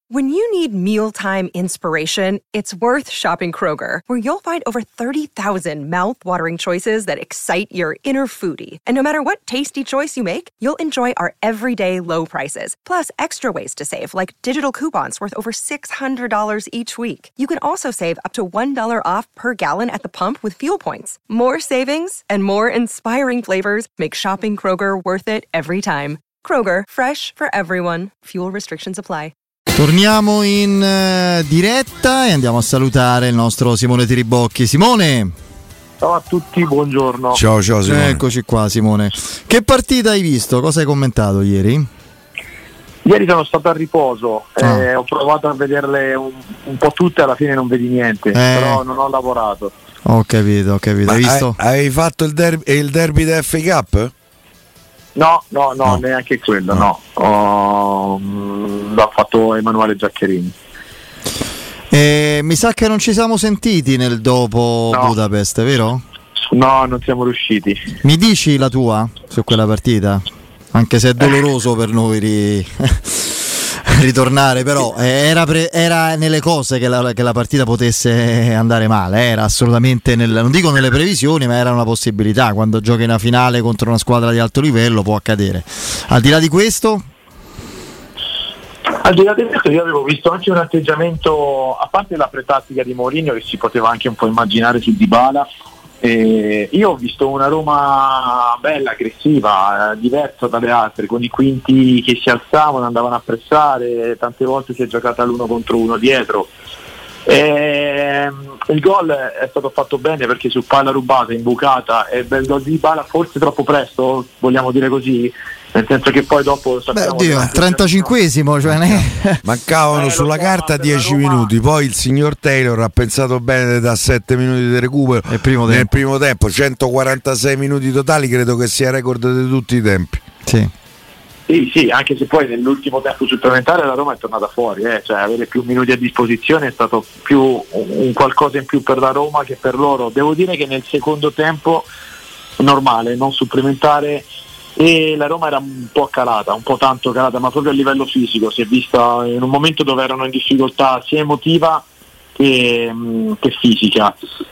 When you need mealtime inspiration, it's worth shopping Kroger, where you'll find over 30,000 mouth-watering choices that excite your inner foodie. And no matter what tasty choice you make, you'll enjoy our everyday low prices, plus extra ways to save, like digital coupons worth over $600 each week. You can also save up to $1 off per gallon at the pump with fuel points. More savings and more inspiring flavors make shopping Kroger worth it every time. Kroger, fresh for everyone. Fuel restrictions apply. Torniamo in diretta e andiamo a salutare il nostro Simone Tiribocchi. Simone! Ciao a tutti, buongiorno. Ciao Simone. Eccoci qua, Simone. Che partita hai visto? Cosa hai commentato ieri? Ieri sono stato a riposo, ho provato a vederle un po' tutte, alla fine non vedi niente, però non ho lavorato. Ho capito. Hai visto? Hai fatto il derby da FA Cup? No, neanche quello, no. L'ha fatto Emanuele Giaccherini. Mi sa che non ci siamo sentiti nel dopo Budapest, vero? No, non siamo riusciti. Mi dici la tua su quella partita? Anche se è doloroso per noi ritornare, però era nelle cose che la partita potesse andare male, era assolutamente non dico nelle previsioni, ma era una possibilità. Quando giochi una finale contro una squadra di alto livello può accadere. Al di là di questo io avevo visto anche un atteggiamento, a parte la pretattica di Mourinho che si poteva anche un po' immaginare su Dybala. Io ho visto una Roma bella, aggressiva, diversa dalle altre, con i quinti che si alzavano, andavano a pressare, tante volte si è giocata l'1 contro 1 dietro. Il gol è stato fatto bene perché su palla rubata, imbucata, e bel gol di Dybala, forse troppo presto, vogliamo dire così, nel senso che poi dopo sappiamo 35esimo, cioè mancavano sulla carta 10 minuti, poi il signor Taylor ha pensato bene da 7 minuti di recupero nel primo tempo, 146 minuti totali, credo che sia record di tutti i tempi. Sì, anche se poi nell'ultimo tempo supplementare la Roma è tornata fuori, cioè avere più minuti a disposizione è stato più un qualcosa in più per la Roma che per loro. Devo dire che nel secondo tempo normale, non supplementare, e la Roma era un po' calata, un po' tanto calata, ma proprio a livello fisico si è vista in un momento dove erano in difficoltà sia emotiva che fisica.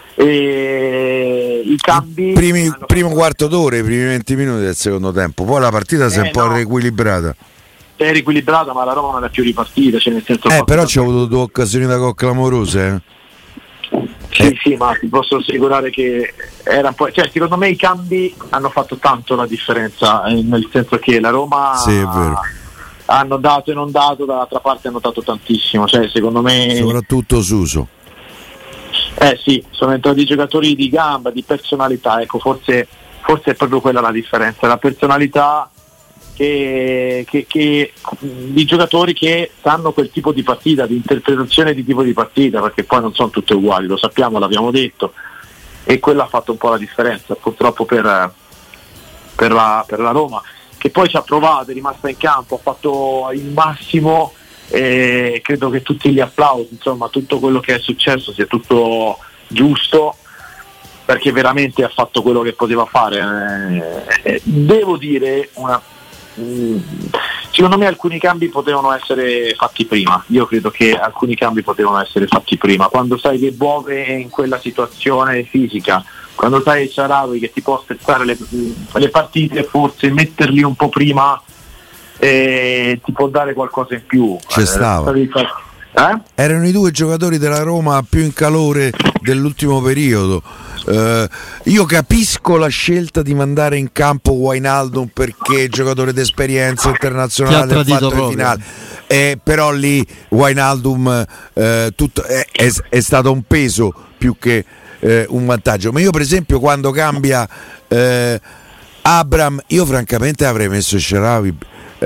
E i cambi primo quarto d'ora, i primi 20 minuti del secondo tempo, poi la partita si è un po' riequilibrata. È riequilibrata, ma la Roma non è più ripartita, cioè nel senso però c'è avuto 2 occasioni da gol clamorose. Sì, ma ti posso assicurare che era un po', cioè secondo me i cambi hanno fatto tanto la differenza, nel senso che la Roma è vero, hanno dato e non dato, dall'altra parte hanno dato tantissimo, cioè secondo me soprattutto Suso. Sì, sono entrati giocatori di gamba, di personalità, ecco, forse è proprio quella la differenza, la personalità che di giocatori che sanno quel tipo di partita, di interpretazione di tipo di partita, perché poi non sono tutte uguali, lo sappiamo, l'abbiamo detto, e quello ha fatto un po' la differenza purtroppo per la Roma, che poi ci ha provato, è rimasta in campo, ha fatto il massimo. Credo che tutti gli applausi, insomma, tutto quello che è successo sia tutto giusto, perché veramente ha fatto quello che poteva fare. Devo dire secondo me alcuni cambi potevano essere fatti prima. Io credo che alcuni cambi potevano essere fatti prima, quando sai che Bove è in quella situazione fisica, quando sai Shaarawy che ti può spezzare le partite, forse metterli un po' prima ti può dare qualcosa in più. Erano i 2 giocatori della Roma più in calore dell'ultimo periodo. Io capisco la scelta di mandare in campo Wijnaldum perché è giocatore d'esperienza internazionale, fatto in finale, però lì Wijnaldum tutto è stato un peso più che un vantaggio. Ma io per esempio quando cambia Abraham, io francamente avrei messo Shaarawy.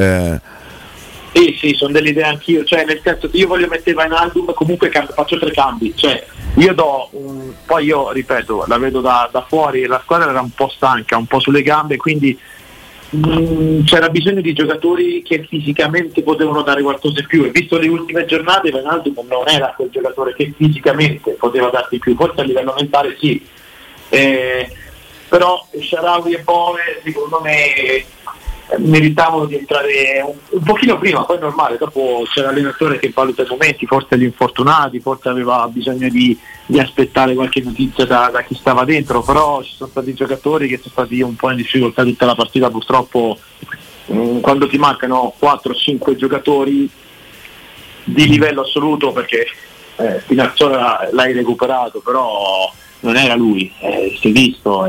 Sì, sono delle idee anch'io, cioè nel senso che io voglio mettere Wijnaldum, comunque faccio 3 cambi, cioè io poi io ripeto, la vedo da fuori, la squadra era un po' stanca, un po' sulle gambe, quindi c'era bisogno di giocatori che fisicamente potevano dare qualcosa in più, e visto le ultime giornate Wijnaldum non era quel giocatore che fisicamente poteva darti più, forse a livello mentale sì, però Shaarawy e Bove secondo me meritavano di entrare un pochino prima, poi è normale, dopo c'è l'allenatore che valuta i momenti, forse gli infortunati, forse aveva bisogno di aspettare qualche notizia da chi stava dentro, però ci sono stati giocatori che sono stati un po' in difficoltà tutta la partita, purtroppo quando ti mancano 4-5 giocatori di livello assoluto, perché Spinazzola l'hai recuperato, però non era lui, si è visto,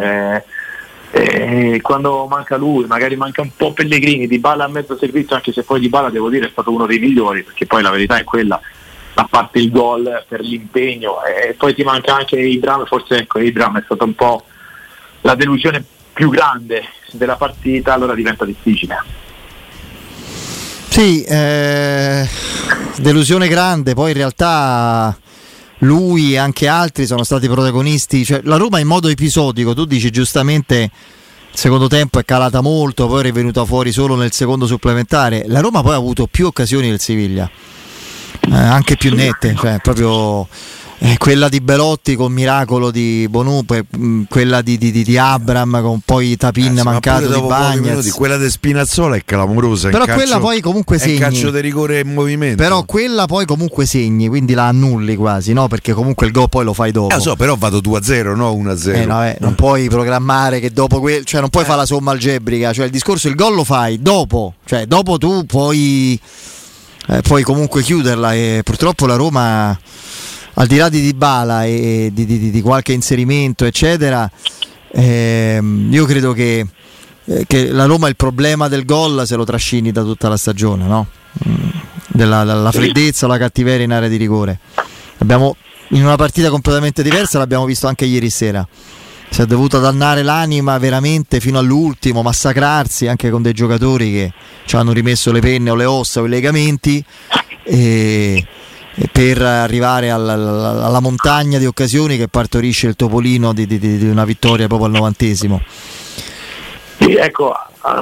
quando manca lui, magari manca un po' Pellegrini, Dybala a mezzo servizio, anche se poi Dybala devo dire è stato uno dei migliori, perché poi la verità è quella, a parte il gol per l'impegno, e poi ti manca anche Ibram, forse ecco Ibram è stata un po' la delusione più grande della partita, allora diventa difficile. Sì, delusione grande, poi in realtà lui e anche altri sono stati protagonisti, cioè la Roma in modo episodico, tu dici giustamente il secondo tempo è calata molto, poi è rivenuta fuori solo nel secondo supplementare, la Roma poi ha avuto più occasioni del Siviglia, anche più nette, cioè proprio quella di Belotti con miracolo di Bonù, quella di Abram con poi Tapin mancato di Bagnaz, quella di Spinazzola è clamorosa, però quella poi comunque segni, è calcio di rigore in movimento, però quella poi comunque segni, quindi la annulli quasi, no? Perché comunque il gol poi lo fai dopo. Però vado 2-0, no 1-0. Non puoi programmare che dopo cioè non puoi fare la somma algebrica, cioè il discorso, il gol lo fai dopo, cioè dopo tu puoi comunque chiuderla, e purtroppo la Roma, al di là di Dybala e di qualche inserimento eccetera, io credo che la Roma il problema del gol se lo trascini da tutta la stagione, no? Della freddezza, la cattiveria in area di rigore. Abbiamo, in una partita completamente diversa, l'abbiamo visto anche ieri sera, si è dovuto dannare l'anima veramente fino all'ultimo, massacrarsi anche con dei giocatori che ci hanno rimesso le penne o le ossa o i legamenti, e per arrivare alla montagna di occasioni che partorisce il topolino di una vittoria proprio al 90°. Sì, ecco,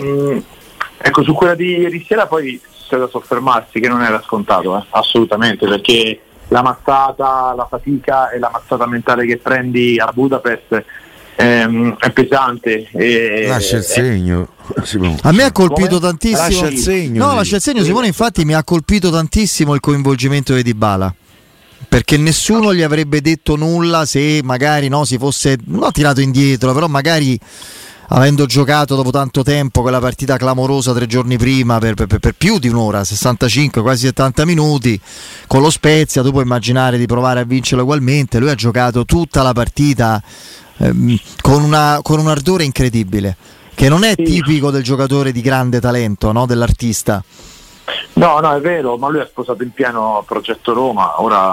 su quella di ieri sera poi c'è da soffermarsi, che non era scontato, assolutamente, perché la mazzata, la fatica e la mazzata mentale che prendi a Budapest è pesante. Lascia il segno. A me ha colpito tantissimo. Lascia il segno. No, lascia il segno, Simone. Infatti mi ha colpito tantissimo il coinvolgimento di Dybala, perché nessuno gli avrebbe detto nulla se magari si fosse tirato indietro, però magari avendo giocato dopo tanto tempo quella partita clamorosa 3 giorni prima per più di un'ora, 65, quasi 70 minuti con lo Spezia, tu puoi immaginare di provare a vincerlo ugualmente. Lui ha giocato tutta la partita con un ardore incredibile, che non è tipico del giocatore di grande talento, no? Dell'artista. No, è vero, ma lui ha sposato in pieno progetto Roma. Ora,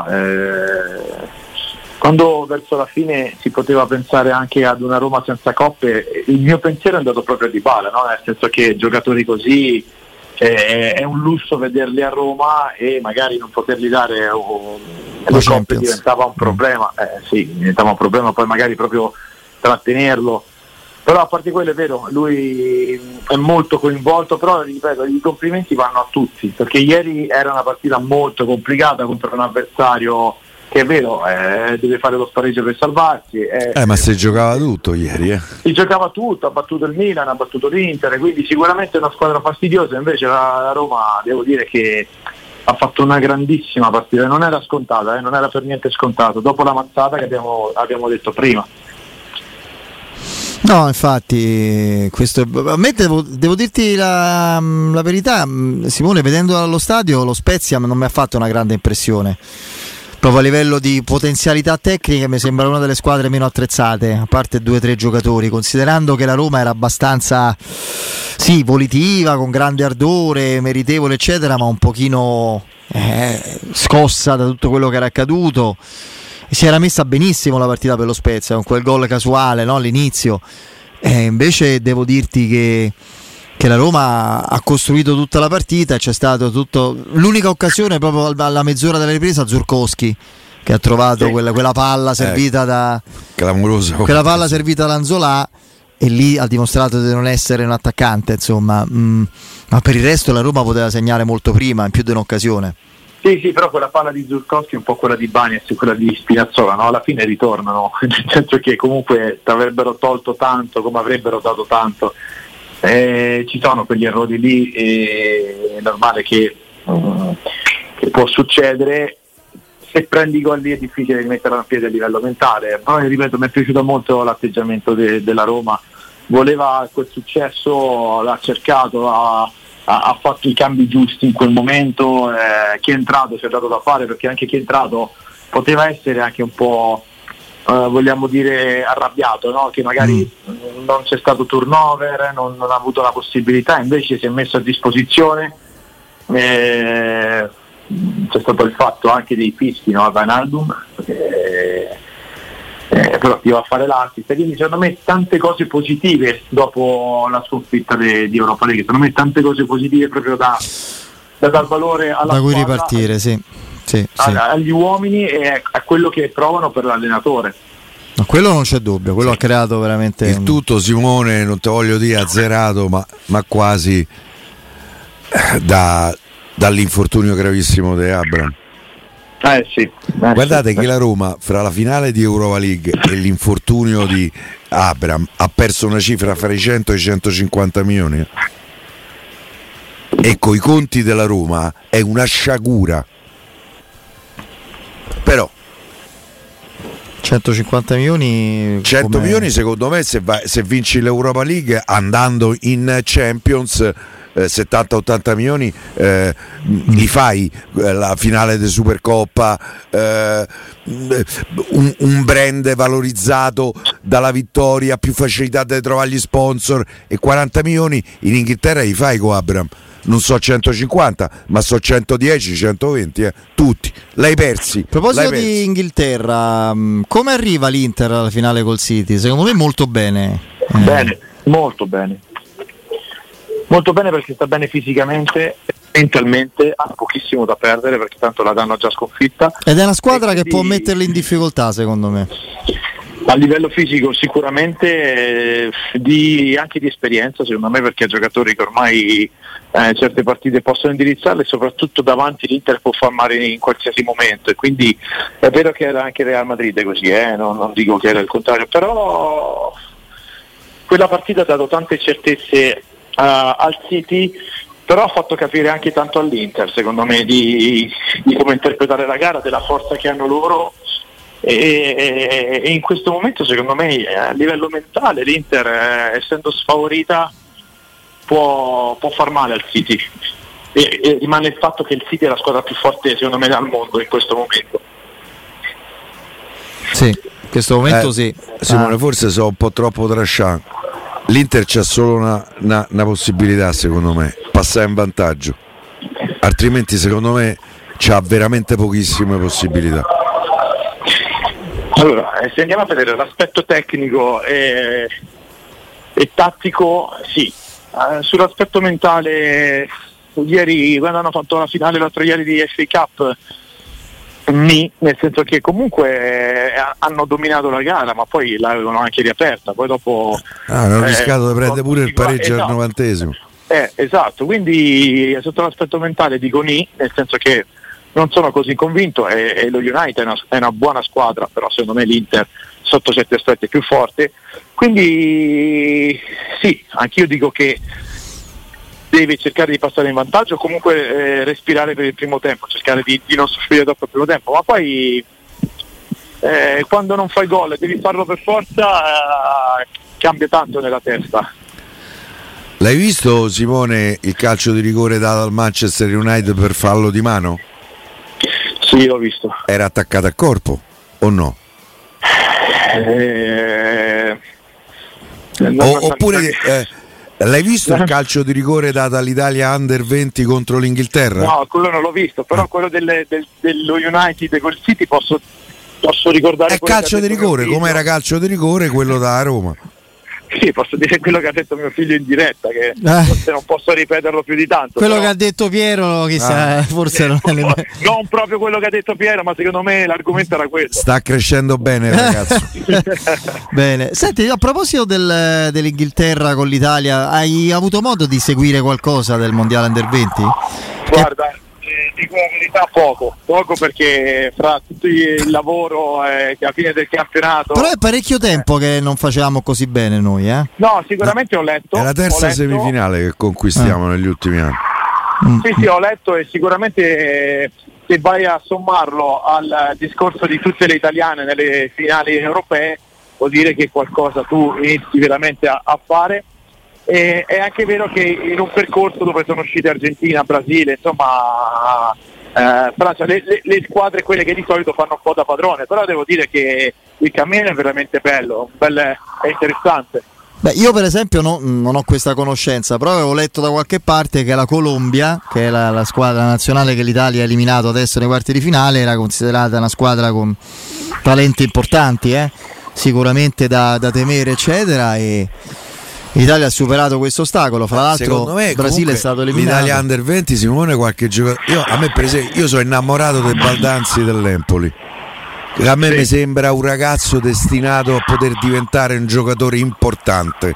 quando verso la fine si poteva pensare anche ad una Roma senza coppe, il mio pensiero è andato proprio a Dybala, no? Nel senso che giocatori così è un lusso vederli a Roma, e magari non poterli dare le coppe diventava un problema. Diventava un problema poi magari proprio trattenerlo. Però a parte quello è vero, lui è molto coinvolto, però ripeto, i complimenti vanno a tutti, perché ieri era una partita molto complicata contro un avversario che è vero, deve fare lo spareggio per salvarsi. Ma si giocava tutto ieri. Si giocava tutto, ha battuto il Milan, ha battuto l'Inter, quindi sicuramente è una squadra fastidiosa. Invece la Roma, devo dire che ha fatto una grandissima partita, non era scontata, non era per niente scontato, dopo la mazzata che abbiamo detto prima. No, infatti, questo a me devo dirti la verità, Simone, vedendo allo stadio lo Spezia non mi ha fatto una grande impressione. Proprio a livello di potenzialità tecniche mi sembra una delle squadre meno attrezzate, a parte 2 o 3 giocatori, considerando che la Roma era abbastanza volitiva, con grande ardore, meritevole eccetera, ma un pochino scossa da tutto quello che era accaduto. Si era messa benissimo la partita per lo Spezia con quel gol casuale, no? All'inizio, invece devo dirti che la Roma ha costruito tutta la partita, c'è stato l'unica occasione proprio alla mezz'ora della ripresa, Zurkowski, che ha trovato quella palla servita clamorosa, quella palla servita da Anzolà, e lì ha dimostrato di non essere un attaccante, insomma, ma per il resto la Roma poteva segnare molto prima, in più di un'occasione. Sì, però quella palla di Zurkowski è un po' quella di Bagnaz e quella di Spinazzola, no? Alla fine ritornano, nel senso che comunque ti avrebbero tolto tanto, come avrebbero dato tanto. ci sono quegli errori lì, è normale che può succedere. Se prendi gol lì è difficile rimetterla a piede a livello mentale. Poi ripeto, mi è piaciuto molto l'atteggiamento della Roma, voleva quel successo, l'ha cercato, ha fatto i cambi giusti in quel momento, chi è entrato si è dato da fare, perché anche chi è entrato poteva essere anche un po' vogliamo dire arrabbiato, no? Che magari non c'è stato turnover, non ha avuto la possibilità, invece si è messo a disposizione. C'è stato il fatto anche dei fischi, no? A Wijnaldum, però ti va a fare l'assist, quindi secondo me tante cose positive dopo la sconfitta di Europa League, secondo me tante cose positive proprio da dar valore alla da cui squadra, ripartire, sì. agli uomini e a quello che provano per l'allenatore. No, quello non c'è dubbio, quello ha creato veramente il tutto, Simone, non te voglio dire azzerato, ma quasi dall'infortunio gravissimo di Abraham. Guardate che la Roma, fra la finale di Europa League e l'infortunio di Abraham, ha perso una cifra fra i 100 e i 150 milioni. E coi conti della Roma è una sciagura. Però 150 milioni 100 milioni secondo me, se vinci l'Europa League andando in Champions, 70-80 milioni li fai, la finale di Supercoppa, un brand valorizzato dalla vittoria, più facilità di trovare gli sponsor, e 40 milioni in Inghilterra li fai con Abraham. Non so 150, ma so 110, 120, tutti. L'hai persi. A proposito di Inghilterra, come arriva l'Inter alla finale col City? Secondo me molto bene. Bene, molto bene. Molto bene, perché sta bene fisicamente, mentalmente, ha pochissimo da perdere perché tanto la danno già sconfitta. Ed è una squadra che può metterli in difficoltà, secondo me. A livello fisico sicuramente, anche di esperienza secondo me, perché ha giocatori che ormai certe partite possono indirizzarle, e soprattutto davanti l'Inter può far male in qualsiasi momento, e quindi è vero che era anche Real Madrid così, non dico che era il contrario, però quella partita ha dato tante certezze al City, però ha fatto capire anche tanto all'Inter, secondo me, di come interpretare la gara, della forza che hanno loro. E in questo momento secondo me a livello mentale l'Inter, essendo sfavorita, può far male al City, e rimane il fatto che il City è la squadra più forte secondo me al mondo in questo momento. Sì, in questo momento sì. Simone, forse sono un po' troppo trasciante. L'Inter c'ha solo una possibilità, secondo me, passare in vantaggio, altrimenti secondo me c'ha veramente pochissime possibilità. Allora, se andiamo a vedere l'aspetto tecnico e tattico, sì. Sull'aspetto mentale, ieri quando hanno fatto la finale l'altro ieri di FA Cup, nel senso che comunque hanno dominato la gara, ma poi l'avevano anche riaperta, poi dopo hanno rischiato di prendere pure il pareggio al 90esimo. Esatto, quindi sotto l'aspetto mentale dico nel senso che non sono così convinto, e lo United è una buona squadra, però secondo me l'Inter sotto certi aspetti è più forte, quindi sì, anch'io dico che deve cercare di passare in vantaggio, comunque respirare per il primo tempo, cercare di non soffrire troppo il primo tempo, ma poi quando non fai gol e devi farlo per forza, cambia tanto nella testa. L'hai visto, Simone, il calcio di rigore dato al Manchester United per fallo di mano? Sì, l'ho visto. Era attaccato a corpo o no? Oppure l'hai visto il calcio di rigore dato all'Italia Under 20 contro l'Inghilterra? No, quello non l'ho visto, però quello dello United col City posso ricordare. È calcio di rigore, come era calcio di rigore quello da Roma. Sì, posso dire quello che ha detto mio figlio in diretta, che forse non posso ripeterlo più di tanto. Quello però... che ha detto Piero, chissà, forse non proprio quello che ha detto Piero, ma secondo me l'argomento era quello. Sta crescendo bene, ragazzo. Bene. Senti, a proposito dell'Inghilterra con l'Italia, hai avuto modo di seguire qualcosa del Mondiale Under 20? Guarda, dico la verità, poco perché fra tutto il lavoro che alla fine del campionato. Però è parecchio tempo che non facevamo così bene noi, eh? No, sicuramente ho letto. È la terza semifinale che conquistiamo negli ultimi anni. Sì, ho letto, e sicuramente se vai a sommarlo al discorso di tutte le italiane nelle finali europee, vuol dire che qualcosa tu inizi veramente a fare. E è anche vero che in un percorso dove sono uscite Argentina, Brasile, insomma Francia, le squadre quelle che di solito fanno un po' da padrone, però devo dire che il cammino è veramente bello, è interessante. Beh, io per esempio non ho questa conoscenza, però avevo letto da qualche parte che la Colombia, che è la squadra nazionale che l'Italia ha eliminato adesso nei quarti di finale, era considerata una squadra con talenti importanti, sicuramente da temere, eccetera, e l'Italia ha superato questo ostacolo. Fra l'altro me, Brasile è stato eliminato. L'Italia Under 20, Simone, qualche giocatore. A me per esempio, io sono innamorato dei Baldanzi dell'Empoli. A me mi sembra un ragazzo destinato a poter diventare un giocatore importante.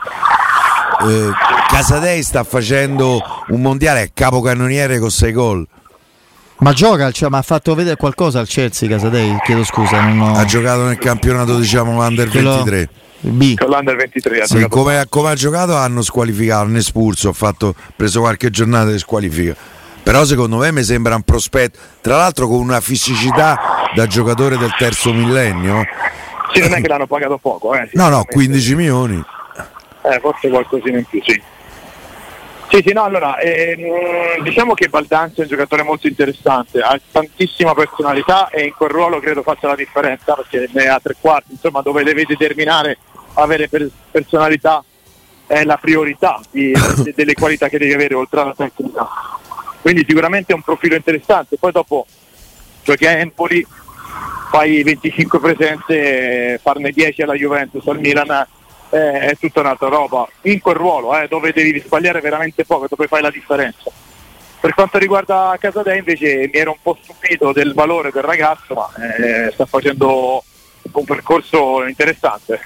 Casadei sta facendo un mondiale, è capocannoniere con 6 gol. Ma gioca, ma ha fatto vedere qualcosa al Chelsea Casadei? Chiedo scusa, ha giocato nel campionato, diciamo, Under 23. B. Con l'Under 23 sì, come ha giocato hanno squalificato, hanno espulso, preso qualche giornata di squalifica. Però secondo me mi sembra un prospetto, tra l'altro con una fisicità da giocatore del terzo millennio. Sì, non è che l'hanno pagato poco, No, 15 milioni. Forse qualcosina in più, sì. Sì, no, allora, diciamo che Baldanzi è un giocatore molto interessante, ha tantissima personalità e in quel ruolo credo faccia la differenza, perché ne ha tre quarti, insomma, dove deve determinare, avere personalità è la priorità delle qualità che devi avere oltre alla tecnica. Quindi sicuramente è un profilo interessante. Poi dopo giochi a Empoli, fai 25 presenze, farne 10 alla Juventus, al Milan, è tutta un'altra roba in quel ruolo, dove devi sbagliare veramente poco, dove fai la differenza. Per quanto riguarda Casadei invece mi ero un po' stupito del valore del ragazzo, ma sta facendo un percorso interessante.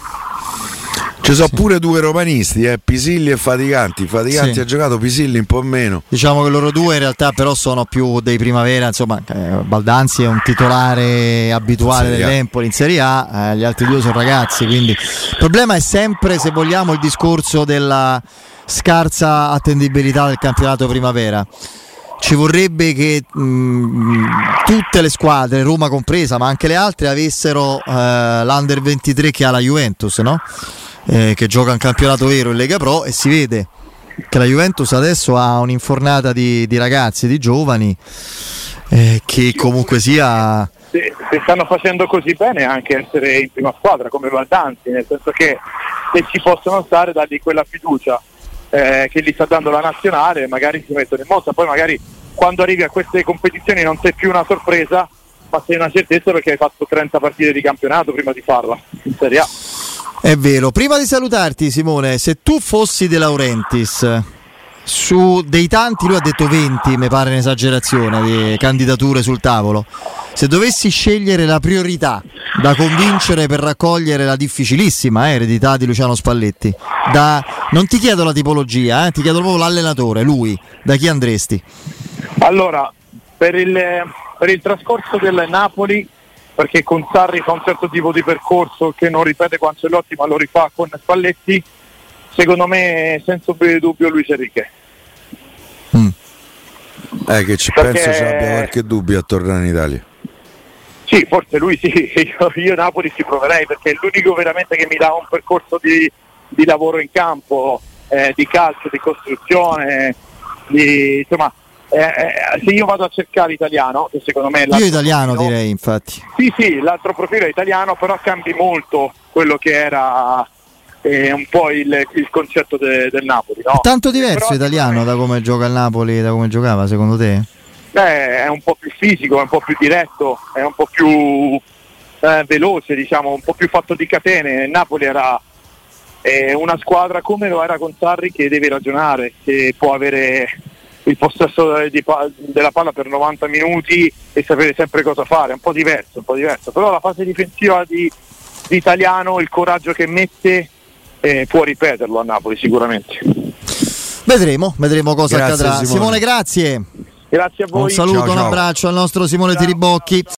Ci sono pure due romanisti, Pisilli e Faticanti. Faticanti ha giocato, Pisilli un po' meno. Diciamo che loro due in realtà però sono più dei primavera, insomma, Baldanzi è un titolare abituale dell'Empoli in Serie A, gli altri due sono ragazzi, quindi il problema è sempre, se vogliamo, il discorso della scarsa attendibilità del campionato primavera. Ci vorrebbe che tutte le squadre, Roma compresa, ma anche le altre, avessero l'Under 23 che ha la Juventus, no? Che gioca un campionato vero in Lega Pro, e si vede che la Juventus adesso ha un'infornata di ragazzi, di giovani, che comunque sia... Se stanno facendo così bene anche essere in prima squadra come Baldanzi, nel senso che se ci possono stare, dargli quella fiducia che gli sta dando la nazionale, magari si mettono in mossa. Poi magari quando arrivi a queste competizioni non sei più una sorpresa, ma sei una certezza, perché hai fatto 30 partite di campionato prima di farla in Serie A. È vero. Prima di salutarti, Simone, se tu fossi De Laurentiis, su dei tanti, lui ha detto 20, mi pare un'esagerazione, di candidature sul tavolo, se dovessi scegliere la priorità da convincere per raccogliere la difficilissima eredità di Luciano Spalletti, non ti chiedo la tipologia, ti chiedo proprio l'allenatore, lui, da chi andresti? Allora, per il trascorso del Napoli, perché con Sarri fa un certo tipo di percorso che non ripete con Ancelotti ma lo rifà con Spalletti, secondo me senza dubbio Luis Enrique. Che ci penso ci abbia qualche dubbio a tornare in Italia. Sì, forse lui sì, io Napoli ci proverei, perché è l'unico veramente che mi dà un percorso di lavoro in campo, di calcio, di costruzione, insomma, se io vado a cercare italiano, che secondo me è io italiano profilo, direi, infatti. Sì, l'altro profilo è italiano, però cambi molto quello che era un po' il concetto del Napoli, no? È tanto diverso italiano da come gioca il Napoli, da come giocava, secondo te? È un po' più fisico, è un po' più diretto, è un po' più veloce, diciamo, un po' più fatto di catene. Il Napoli era una squadra come lo era con Sarri, che deve ragionare, che può avere il possesso della palla per 90 minuti e sapere sempre cosa fare, un po' diverso, però la fase difensiva di Italiano, il coraggio che mette, può ripeterlo a Napoli sicuramente. Vedremo cosa accadrà. Simone, grazie. Grazie a voi. Un saluto, Ciao, un ciao. abbraccio al nostro Simone Tiribocchi.